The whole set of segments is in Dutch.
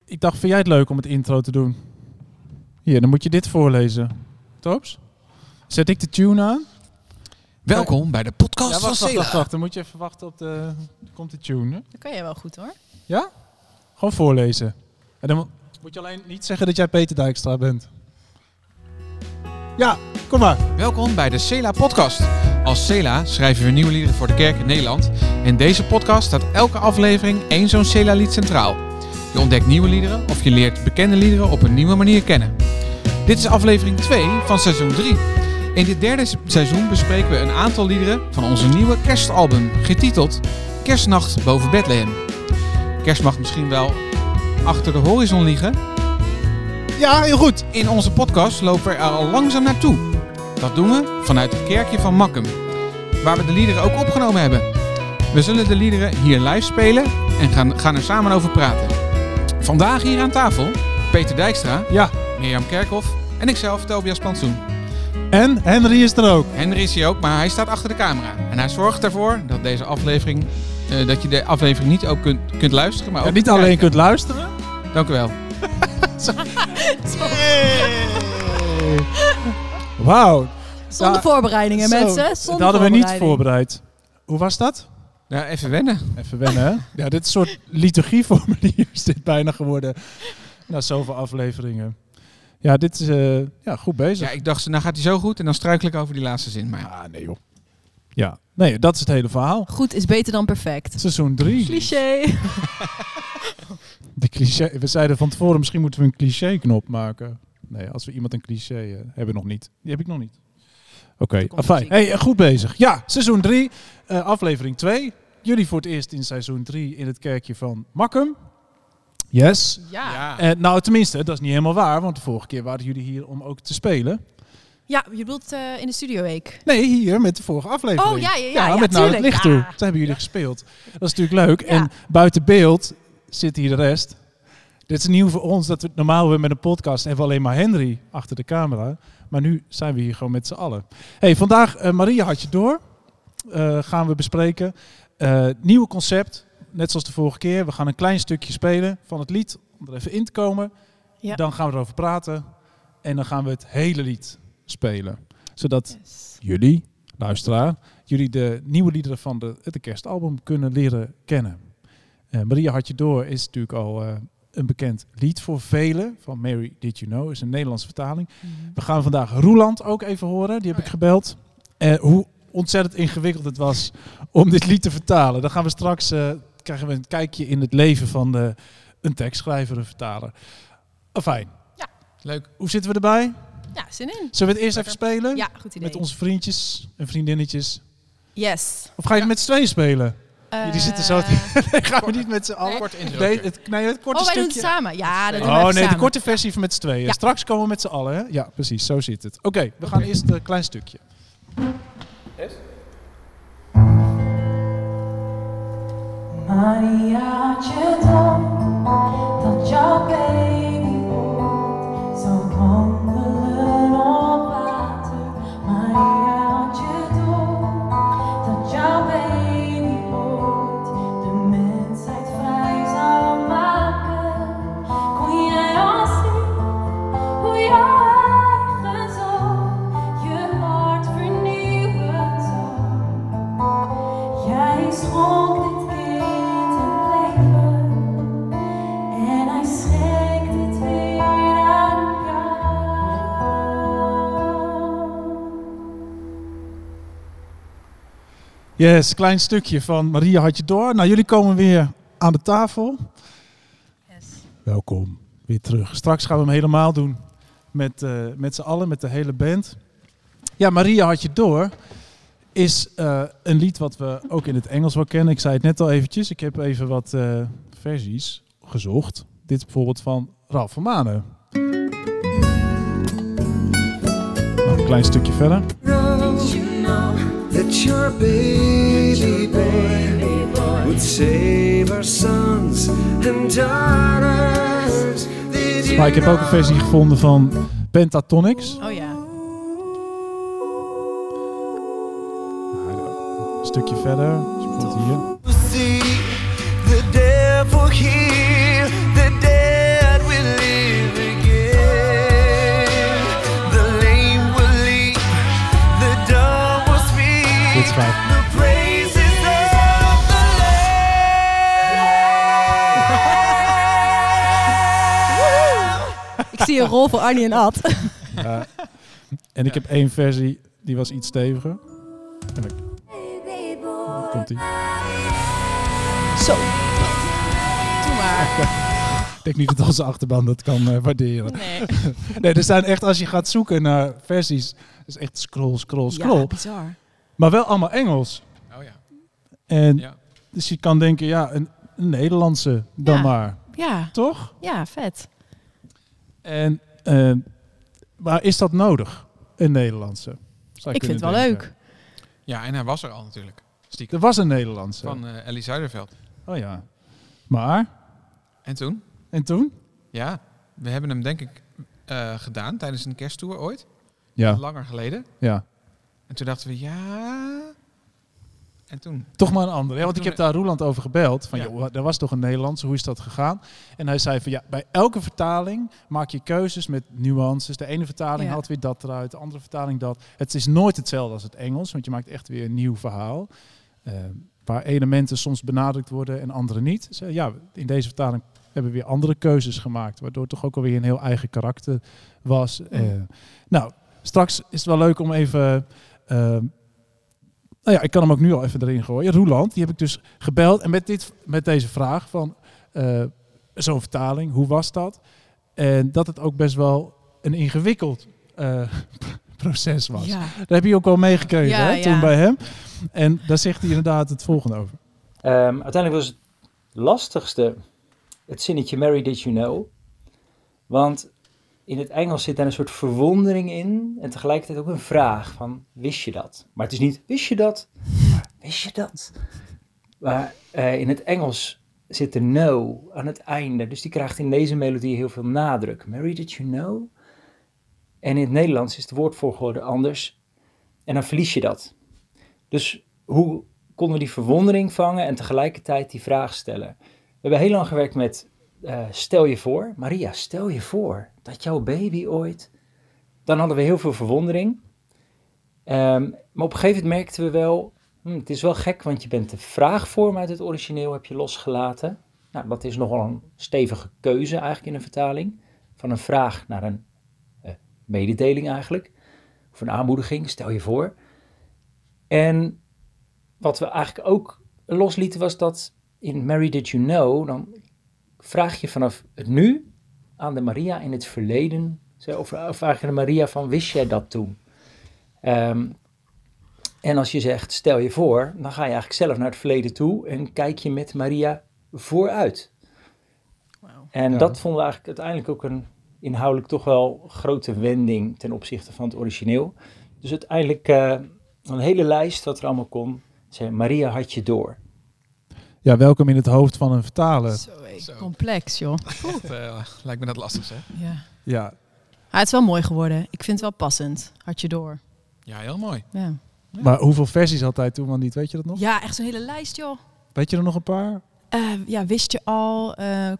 ik dacht, vind jij het leuk om het intro te doen? Hier, dan moet je dit voorlezen. Toops? Zet ik de tune aan? Welkom bij de podcast van Cela. Wacht. Dan moet je even wachten op de... Dan komt de tune, hè? Dat kan jij wel goed, hoor. Ja? Gewoon voorlezen. En dan moet je alleen niet zeggen dat jij Peter Dijkstra bent. Ja, kom maar. Welkom bij de Cela podcast. Als Cela schrijven we nieuwe liederen voor de kerk in Nederland. In deze podcast staat elke aflevering één zo'n Cela lied centraal. Je ontdekt nieuwe liederen of je leert bekende liederen op een nieuwe manier kennen. Dit is aflevering 2 van seizoen 3. In dit derde seizoen bespreken we een aantal liederen van onze nieuwe kerstalbum, getiteld Kerstnacht boven Bethlehem. Kerst mag misschien wel achter de horizon liggen. Ja, heel goed. In onze podcast lopen we er al langzaam naartoe. Dat doen we vanuit het kerkje van Makkum, waar we de liederen ook opgenomen hebben. We zullen de liederen hier live spelen en gaan er samen over praten. Vandaag hier aan tafel Peter Dijkstra, Ja. Mirjam Kerkhoff en ikzelf, Tobias Plantsoen. En Henry is er ook. Henry is hier ook, maar hij staat achter de camera. En hij zorgt ervoor dat deze aflevering, dat je de aflevering niet ook kunt luisteren, maar ook niet alleen kunt luisteren. Dank u wel. Wauw. Zonder voorbereidingen, mensen. Dat Zonder hadden we niet voorbereiding. voorbereid. Hoe was dat? Ja, even wennen. Even wennen, hè? Ja, dit is een soort liturgieformulier is dit bijna geworden. Na zoveel afleveringen. Ja, dit is goed bezig. Ja, ik dacht, nou gaat hij zo goed en dan struikel ik over die laatste zin. Maar ja. Ah, nee joh. Ja, nee, dat is het hele verhaal. Goed is beter dan perfect. Seizoen 3. Cliché. De cliché. We zeiden van tevoren, misschien moeten we een cliché-knop maken. Nee, als we iemand een cliché hebben, nog niet. Die heb ik nog niet. Oké, fijn. Hey, goed bezig. Ja, seizoen 3, aflevering 2. Jullie voor het eerst in seizoen 3 in het kerkje van Makkum. Yes. Ja. Nou, tenminste, dat is niet helemaal waar, want de vorige keer waren jullie hier om ook te spelen. Ja, je bedoelt in de studioweek. Nee, hier met de vorige aflevering. Oh, ja, met Nou het tuurlijk. licht toe. Daar hebben jullie gespeeld. Dat is natuurlijk leuk. Ja. En buiten beeld zit hier de rest. Dit is nieuw voor ons, dat we normaal met een podcast hebben we alleen maar Henry achter de camera. Maar nu zijn we hier gewoon met z'n allen. Hey, vandaag Maria had je door. Gaan we bespreken. Nieuwe concept, net zoals de vorige keer. We gaan een klein stukje spelen van het lied om er even in te komen. Ja. Dan gaan we erover praten. En dan gaan we het hele lied spelen. Zodat jullie, luisteraar, jullie de nieuwe liederen van de kerstalbum kunnen leren kennen. Maria had je door is natuurlijk al een bekend lied voor velen. Van Mary Did You Know, is een Nederlandse vertaling. Mm-hmm. We gaan vandaag Roeland ook even horen. Die heb ik gebeld. Hoe ontzettend ingewikkeld het was om dit lied te vertalen. Dan gaan we straks, krijgen we een kijkje in het leven van een tekstschrijver, een vertaler. Fijn. Ja. Leuk. Hoe zitten we erbij? Ja, zin in. Zullen we het eerst even spelen? Ja, goed idee. Met onze vriendjes en vriendinnetjes. Yes. Of ga je het met z'n tweeën spelen? Die zitten zo... Nee, gaan we niet met z'n allen. Kort intro. Nee, het korte wij stukje. doen het samen. Ja, dat doen we even de samen. korte versie van met z'n tweeën. Ja. Straks komen we met z'n allen, hè? Ja, precies. Zo zit het. Oké, we gaan eerst een klein stukje. Yes? Maria had je door dat jouw baby wordt zo wandelen op water. Maria had je door dat jouw baby wordt de mensheid vrij zou maken. Kon jij al zien hoe jouw eigen zoon je hart vernieuwen zou? Jij schonk dit kind een leven en hij schenkt het weer aan jou. Yes, klein stukje van Maria had je door. Nou, jullie komen weer aan de tafel. Yes. Welkom, weer terug. Straks gaan we hem helemaal doen met z'n allen, met de hele band. Ja, Maria had je door is een lied wat we ook in het Engels wel kennen. Ik zei het net al eventjes. Ik heb even wat versies gezocht. Dit is bijvoorbeeld van Ralf van Manen. Nog een klein stukje verder. That your baby boy would save our sons and daughters. Maar ik heb ook een versie gevonden van Pentatonix. Oh ja. Een stukje verder. Dus bijvoorbeeld hier. See the devil here, the devil Ik zie een rol voor Arnie en Ad. En ik heb 1 versie, die was iets steviger. En dan komt die. Zo. Doe maar. Ik denk niet dat onze achterban dat kan waarderen. Nee. Nee, er zijn echt, als je gaat zoeken naar versies, is echt scroll. Ja, bizar. Maar wel allemaal Engels. Oh ja. En Ja. dus je kan denken, ja, een Nederlandse dan Ja. maar. Ja. Toch? Ja, vet. En maar is dat nodig, een Nederlandse? Zou je Ik vind het kunnen wel denken. leuk. Ja, en hij was er al natuurlijk. Stiekem. Er was een Nederlandse. Van Ellie Zuiderveld. Oh ja. Maar, En toen? en toen? Ja, we hebben hem denk ik gedaan tijdens een kersttour ooit. Ja, Langer geleden. ja. En toen dachten we, ja... En toen? Toch maar een andere. Ja, want ik heb daar Roeland over gebeld. Van, Ja. joh, er was toch een Nederlandse, hoe is dat gegaan? En hij zei van, ja, bij elke vertaling maak je keuzes met nuances. De ene vertaling Ja. haalt weer dat eruit, de andere vertaling dat. Het is nooit hetzelfde als het Engels, want je maakt echt weer een nieuw verhaal. Waar elementen soms benadrukt worden en andere niet. Dus, ja, in deze vertaling hebben we weer andere keuzes gemaakt. Waardoor het toch ook alweer een heel eigen karakter was. Nou, straks is het wel leuk om even... nou ja, ik kan hem ook nu al even erin gooien. Roeland, die heb ik dus gebeld. En met deze vraag van zo'n vertaling, hoe was dat? En dat het ook best wel een ingewikkeld proces was. Ja. Daar heb je ook wel meegekregen Ja, hè, ja. toen bij hem. En daar zegt hij inderdaad het volgende over. Uiteindelijk was het lastigste het zinnetje Mary did you know. Want in het Engels zit daar een soort verwondering in en tegelijkertijd ook een vraag van wist je dat? Maar het is niet wist je dat, maar wist je dat? Maar in het Engels zit de no aan het einde, dus die krijgt in deze melodie heel veel nadruk. Mary did you know? En in het Nederlands is de woordvolgorde anders en dan verlies je dat. Dus hoe konden we die verwondering vangen en tegelijkertijd die vraag stellen? We hebben heel lang gewerkt met stel je voor, Maria, stel je voor dat jouw baby ooit... Dan hadden we heel veel verwondering. Maar op een gegeven moment merkten we wel, het is wel gek, want je bent de vraagvorm uit het origineel heb je losgelaten. Nou, dat is nogal een stevige keuze eigenlijk in een vertaling. Van een vraag naar een mededeling eigenlijk. Of een aanmoediging, stel je voor. En wat we eigenlijk ook loslieten was dat in Mary Did You Know, dan vraag je vanaf het nu aan de Maria in het verleden, of eigenlijk de Maria van wist jij dat toen? En als je zegt stel je voor, dan ga je eigenlijk zelf naar het verleden toe en kijk je met Maria vooruit. Wow. En Ja. dat vonden we eigenlijk uiteindelijk ook een inhoudelijk toch wel grote wending ten opzichte van het origineel. Dus uiteindelijk een hele lijst wat er allemaal kon. Zei Maria had je door. Ja, welkom in het hoofd van een vertaler. Zo, Zo. complex, joh. Lijkt me net lastig, hè? Ja. Ja, Maar het is wel mooi geworden. Ik vind het wel passend. Had je door. Ja, heel mooi. Ja, maar hoeveel versies had hij toen wel niet? Weet je dat nog? ja echt zo'n hele lijst, joh. Weet je er nog een paar? Ja, wist je al?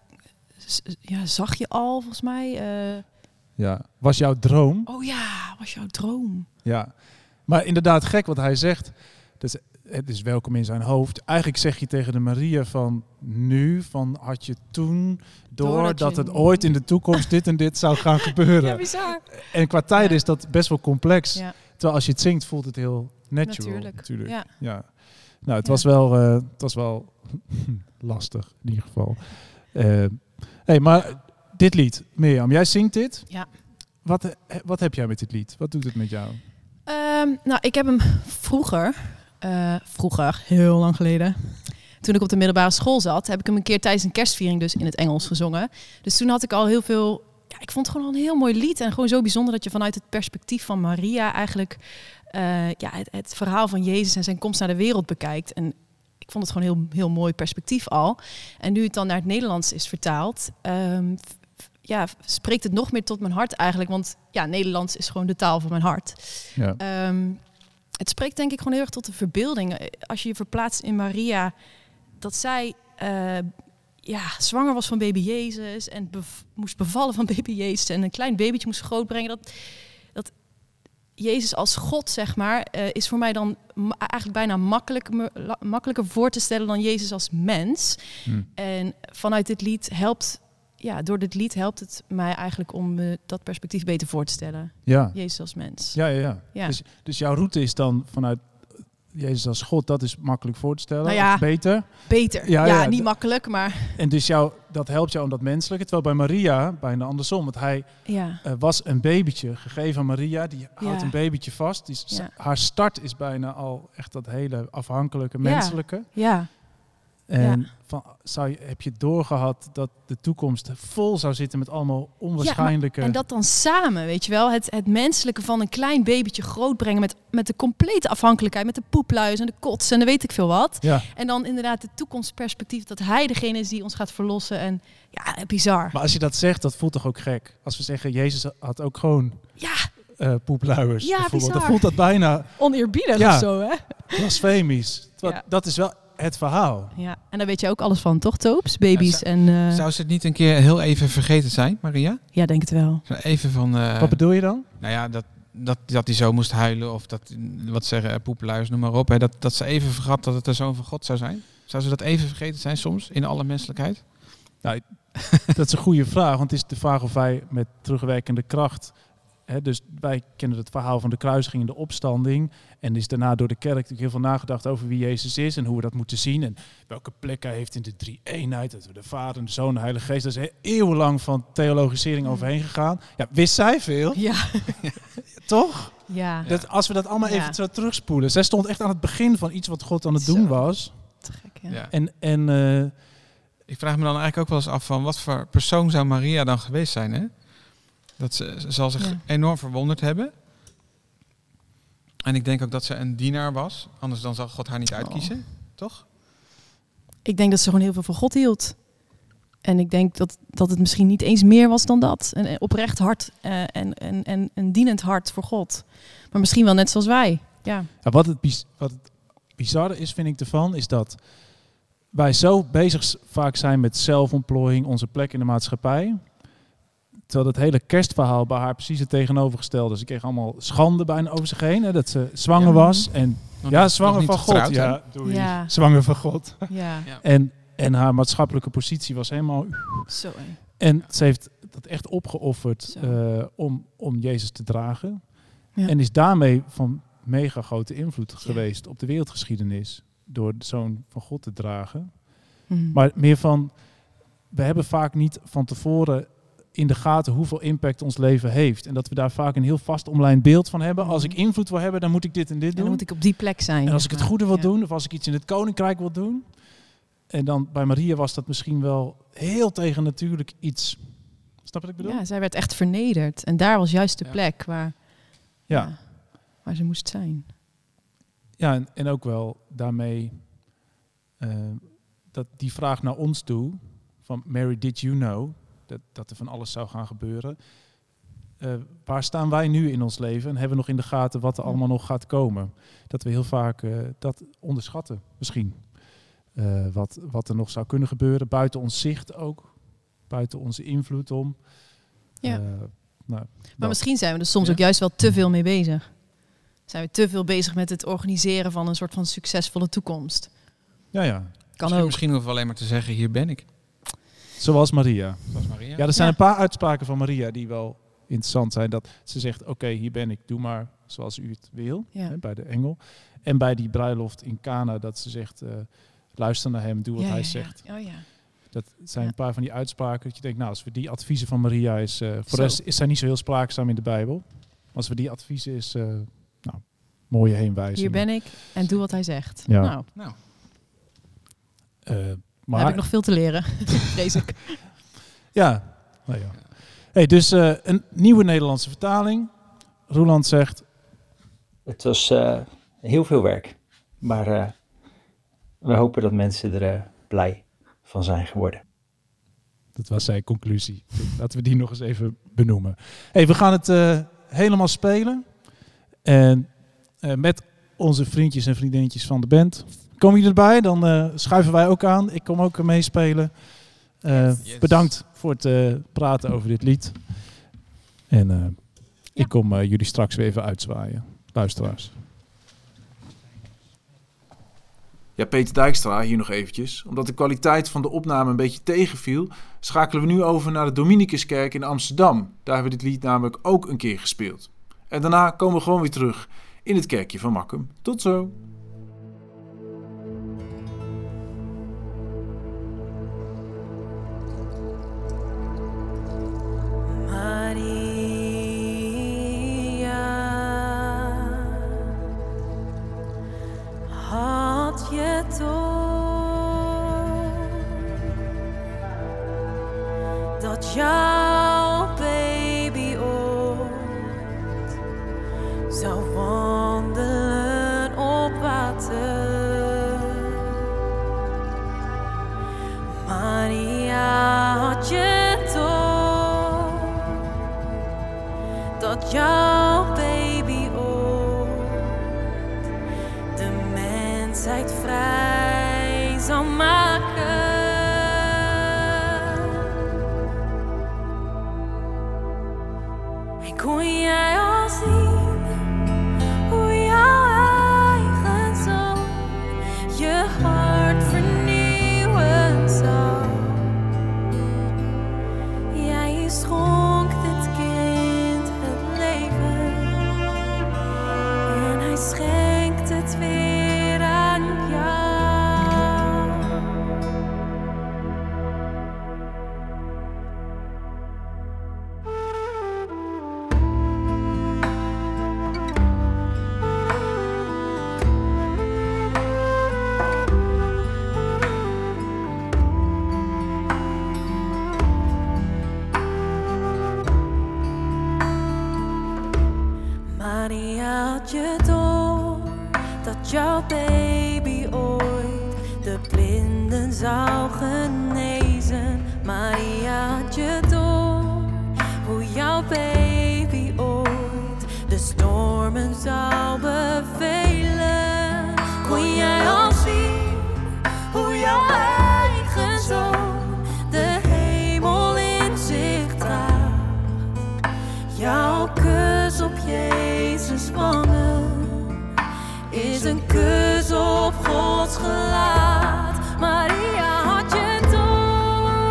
Ja, zag je al, volgens mij? Ja. Was jouw droom? Oh ja, was jouw droom. Ja. Maar inderdaad gek wat hij zegt. Dus het is welkom in zijn hoofd. Eigenlijk zeg je tegen de Maria van nu, van had je toen door Doordat dat je- het ooit in de toekomst dit en dit zou gaan gebeuren. Ja, bizar. En qua tijden Ja. is dat best wel complex. Ja. Terwijl als je het zingt voelt het heel natural. Natuurlijk. Ja. Ja. Nou, het Ja. was wel lastig in ieder geval. Hey, maar dit lied, Mirjam, jij zingt dit. Ja. Wat heb jij met dit lied? Wat doet het met jou? Nou, ik heb hem vroeger, heel lang geleden, toen ik op de middelbare school zat, heb ik hem een keer tijdens een kerstviering dus in het Engels gezongen. Dus toen had ik al heel veel, ja, ik vond het gewoon al een heel mooi lied en gewoon zo bijzonder dat je vanuit het perspectief van Maria eigenlijk het verhaal van Jezus en zijn komst naar de wereld bekijkt. En ik vond het gewoon heel, heel mooi perspectief al. En nu het dan naar het Nederlands is vertaald, spreekt het nog meer tot mijn hart eigenlijk. Want ja, Nederlands is gewoon de taal van mijn hart. Ja. Het spreekt denk ik gewoon heel erg tot de verbeelding. Als je je verplaatst in Maria, dat zij zwanger was van baby Jezus en moest bevallen van baby Jezus en een klein babytje moest grootbrengen. Dat Jezus als God, zeg maar, is voor mij dan eigenlijk bijna makkelijker voor te stellen dan Jezus als mens. En vanuit dit lied helpt door dit lied helpt het mij eigenlijk om me dat perspectief beter voor te stellen. Ja. Jezus als mens. Ja. Ja. Dus jouw route is dan vanuit Jezus als God, dat is makkelijk voor te stellen. Nou ja. Of beter. Beter. Ja, Ja, ja, niet makkelijk, maar En dus dat helpt jou om dat menselijke. Terwijl bij Maria bijna andersom. Want hij ja. was een babytje gegeven aan Maria. Die houdt Ja. een babytje vast. Ja. Haar start is bijna al echt dat hele afhankelijke menselijke. Ja. En heb je doorgehad dat de toekomst vol zou zitten met allemaal onwaarschijnlijke... En dat dan samen, weet je wel. Het menselijke van een klein babytje grootbrengen met de complete afhankelijkheid. Met de poepluis en de kots en dan weet ik veel wat. Ja. En dan inderdaad het toekomstperspectief dat hij degene is die ons gaat verlossen. En ja, bizar. Maar als je dat zegt, dat voelt toch ook gek? Als we zeggen, Jezus had ook gewoon poepluiers. Ja, bijvoorbeeld. bizar. Dan voelt dat bijna Oneerbiedig Ja. of zo, hè? blasfemisch. Ja. Dat is wel het verhaal. Ja, en daar weet je ook alles van, toch, Toops? Baby's Zou ze het niet een keer heel even vergeten zijn, Maria? Ja, denk het wel. Zo even van... Wat bedoel je dan? Nou ja, dat hij zo moest huilen of dat, wat zeggen, poepeluis, noem maar op. Hè, dat ze even vergat dat het de Zoon van God zou zijn. Zou ze dat even vergeten zijn soms, in alle menselijkheid? Nou, dat is een goede vraag. Want het is de vraag of wij met terugwerkende kracht... dus wij kennen het verhaal van de kruisiging en de opstanding. En is daarna door de kerk natuurlijk heel veel nagedacht over wie Jezus is en hoe we dat moeten zien. En welke plek hij heeft in de drie-eenheid. Dat we de Vader, de Zoon en de Heilige Geest. Daar is eeuwenlang van theologisering overheen gegaan. Ja, wist zij veel? Ja. Toch? Ja. Dat, als we dat allemaal Ja. even zo terugspoelen. Zij stond echt aan het begin van iets wat God aan het doen Zo. was. Te gek, ja. Ja. En Ik vraag me dan eigenlijk ook wel eens af van wat voor persoon zou Maria dan geweest zijn, hè? Dat ze zal zich enorm verwonderd hebben. En ik denk ook dat ze een dienaar was. Anders dan zal God haar niet uitkiezen. Toch? Ik denk dat ze gewoon heel veel van God hield. En ik denk dat het misschien niet eens meer was dan dat. Een oprecht hart en een dienend hart voor God. Maar misschien wel net zoals wij. Ja. Ja, wat het bizarre is, vind ik ervan, is dat wij zo bezig vaak zijn met zelfontplooiing, onze plek in de maatschappij. Terwijl het hele kerstverhaal bij haar precies het tegenovergestelde. Ze kreeg allemaal schande bijna over zich heen. Hè, dat ze zwanger was. En zwanger van God. Ja, doei. Ja. Zwanger van God. Ja. En haar maatschappelijke positie was helemaal... Zo. Hè. En ze heeft dat echt opgeofferd Zo. om Jezus te dragen. Ja. En is daarmee van mega grote invloed geweest op de wereldgeschiedenis. Door de Zoon van God te dragen. Mhm. Maar meer van... We hebben vaak niet van tevoren in de gaten hoeveel impact ons leven heeft. En dat we daar vaak een heel vast omlijnd beeld van hebben. Als ik invloed wil hebben, dan moet ik dit en dit En doen. dan moet ik op die plek zijn. En als zeg ik het maar. goede wil Ja. doen, of als ik iets in het koninkrijk wil doen. En dan bij Maria was dat misschien wel heel tegennatuurlijk iets. Snap je wat ik bedoel? Ja, zij werd echt vernederd. En daar was juist de plek waar ze moest zijn. Ja, en ook wel daarmee dat die vraag naar ons toe, van Mary, did you know, dat er van alles zou gaan gebeuren. Waar staan wij nu in ons leven en hebben we nog in de gaten wat er allemaal nog gaat komen? Dat we heel vaak dat onderschatten misschien. Wat er nog zou kunnen gebeuren, buiten ons zicht ook, buiten onze invloed om. Ja. Maar misschien zijn we er soms ook juist wel te veel mee bezig. Zijn we te veel bezig met het organiseren van een soort van succesvolle toekomst. Ja. Kan ook. Misschien hoeven we alleen maar te zeggen, hier ben ik. Zoals Maria. Zoals Maria. Ja, er zijn een paar uitspraken van Maria die wel interessant zijn. Dat ze zegt, oké, hier ben ik, doe maar zoals u het wil. Ja. Hè, bij de engel. En bij die bruiloft in Cana, dat ze zegt, luister naar hem, doe wat hij zegt. Oh ja. Dat zijn een paar van die uitspraken dat je denkt, nou, als we die adviezen van Maria is... voor de Zo. rest is zij niet zo heel spraakzaam in de Bijbel. Als we die adviezen is, mooie heenwijzing. Hier ben ik en doe wat hij zegt. Ja. Nou, Nou, daar heb ik nog veel te leren, vrees ik. Ja. Nou ja. Hey, dus een nieuwe Nederlandse vertaling. Roeland zegt... Het was heel veel werk, maar we hopen dat mensen er blij van zijn geworden. Dat was zijn conclusie. Laten we die nog eens even benoemen. Hey, we gaan het helemaal spelen. En met onze vriendjes en vriendinnetjes van de band. Komen jullie erbij? Dan schuiven wij ook aan. Ik kom ook meespelen. Yes. Bedankt voor het praten over dit lied. En ik kom jullie straks weer even uitzwaaien. Luisteraars. Ja, Peter Dijkstra hier nog eventjes. Omdat de kwaliteit van de opname een beetje tegenviel, schakelen we nu over naar de Dominicuskerk in Amsterdam. Daar hebben we dit lied namelijk ook een keer gespeeld. En daarna komen we gewoon weer terug in het kerkje van Makkum. Tot zo! Had je toch dat jouw baby ooit zou wandelen op water? Maria, had je toch dat jouw baby ooit de mensheid vrij zou maken? En kon jij al zien hoe jouw eigen zoon je hart vernieuwen zou? Jij schonk dit kind het leven en hij schenkt het weer aan jou. Maria, had je door dat jouw baby ooit de blinden zou genezen? Maria, had je door hoe jouw baby ooit de stormen zou bevelen? Kon jij al zien hoe jouw eigen zoon de hemel in zich draagt? Jouw kus op Jezus wangen is een kus op Gods gelaat. Maria, had je door?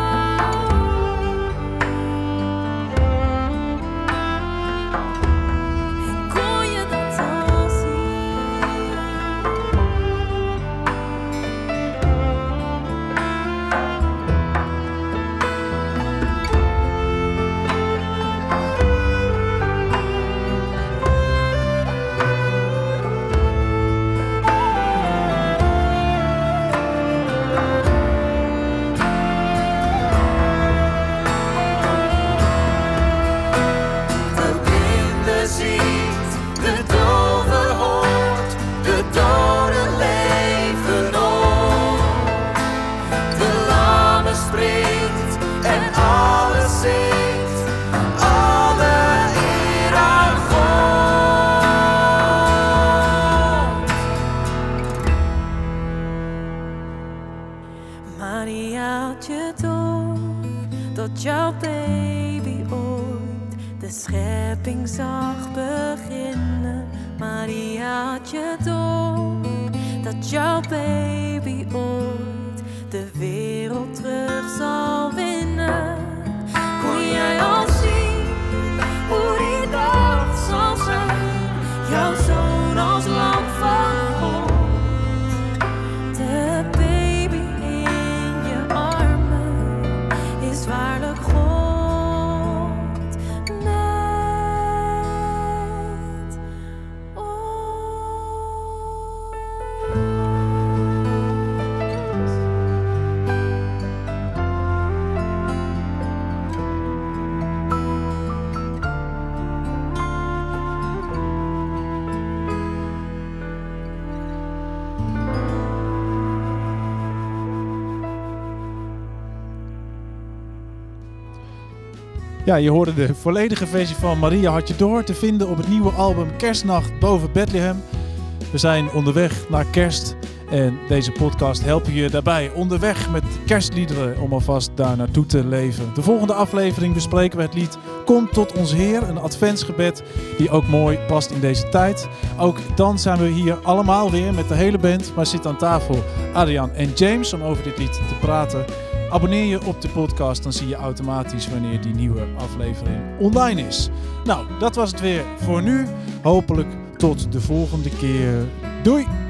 En kon je dat al zien? De blinde ziet, de dove hoort, de doden leven op. De lame springt en alles zingt, alle eer aan God. Maria, had je door dat jouw baby ooit de schepping zag beginnen? Maria, had je door dat jouw baby ooit de wereld terug zal winnen? Kon jij al zien hoe die dag zal zijn? Jouw zoon als lam van God, de baby in je armen is waarlijk God met Ja, je hoorde de volledige versie van Maria had je door te vinden op het nieuwe album Kerstnacht boven Bethlehem. We zijn onderweg naar kerst En deze podcast helpen je daarbij onderweg met kerstliederen om alvast daar naartoe te leven. De volgende aflevering bespreken we het lied Kom tot ons Heer, een adventsgebed die ook mooi past in deze tijd. Ook dan zijn we hier allemaal weer met de hele band, maar zit aan tafel Adriaan en James om over dit lied te praten. Abonneer je op de podcast, dan zie je automatisch wanneer die nieuwe aflevering online is. Nou, dat was het weer voor nu. Hopelijk tot de volgende keer. Doei!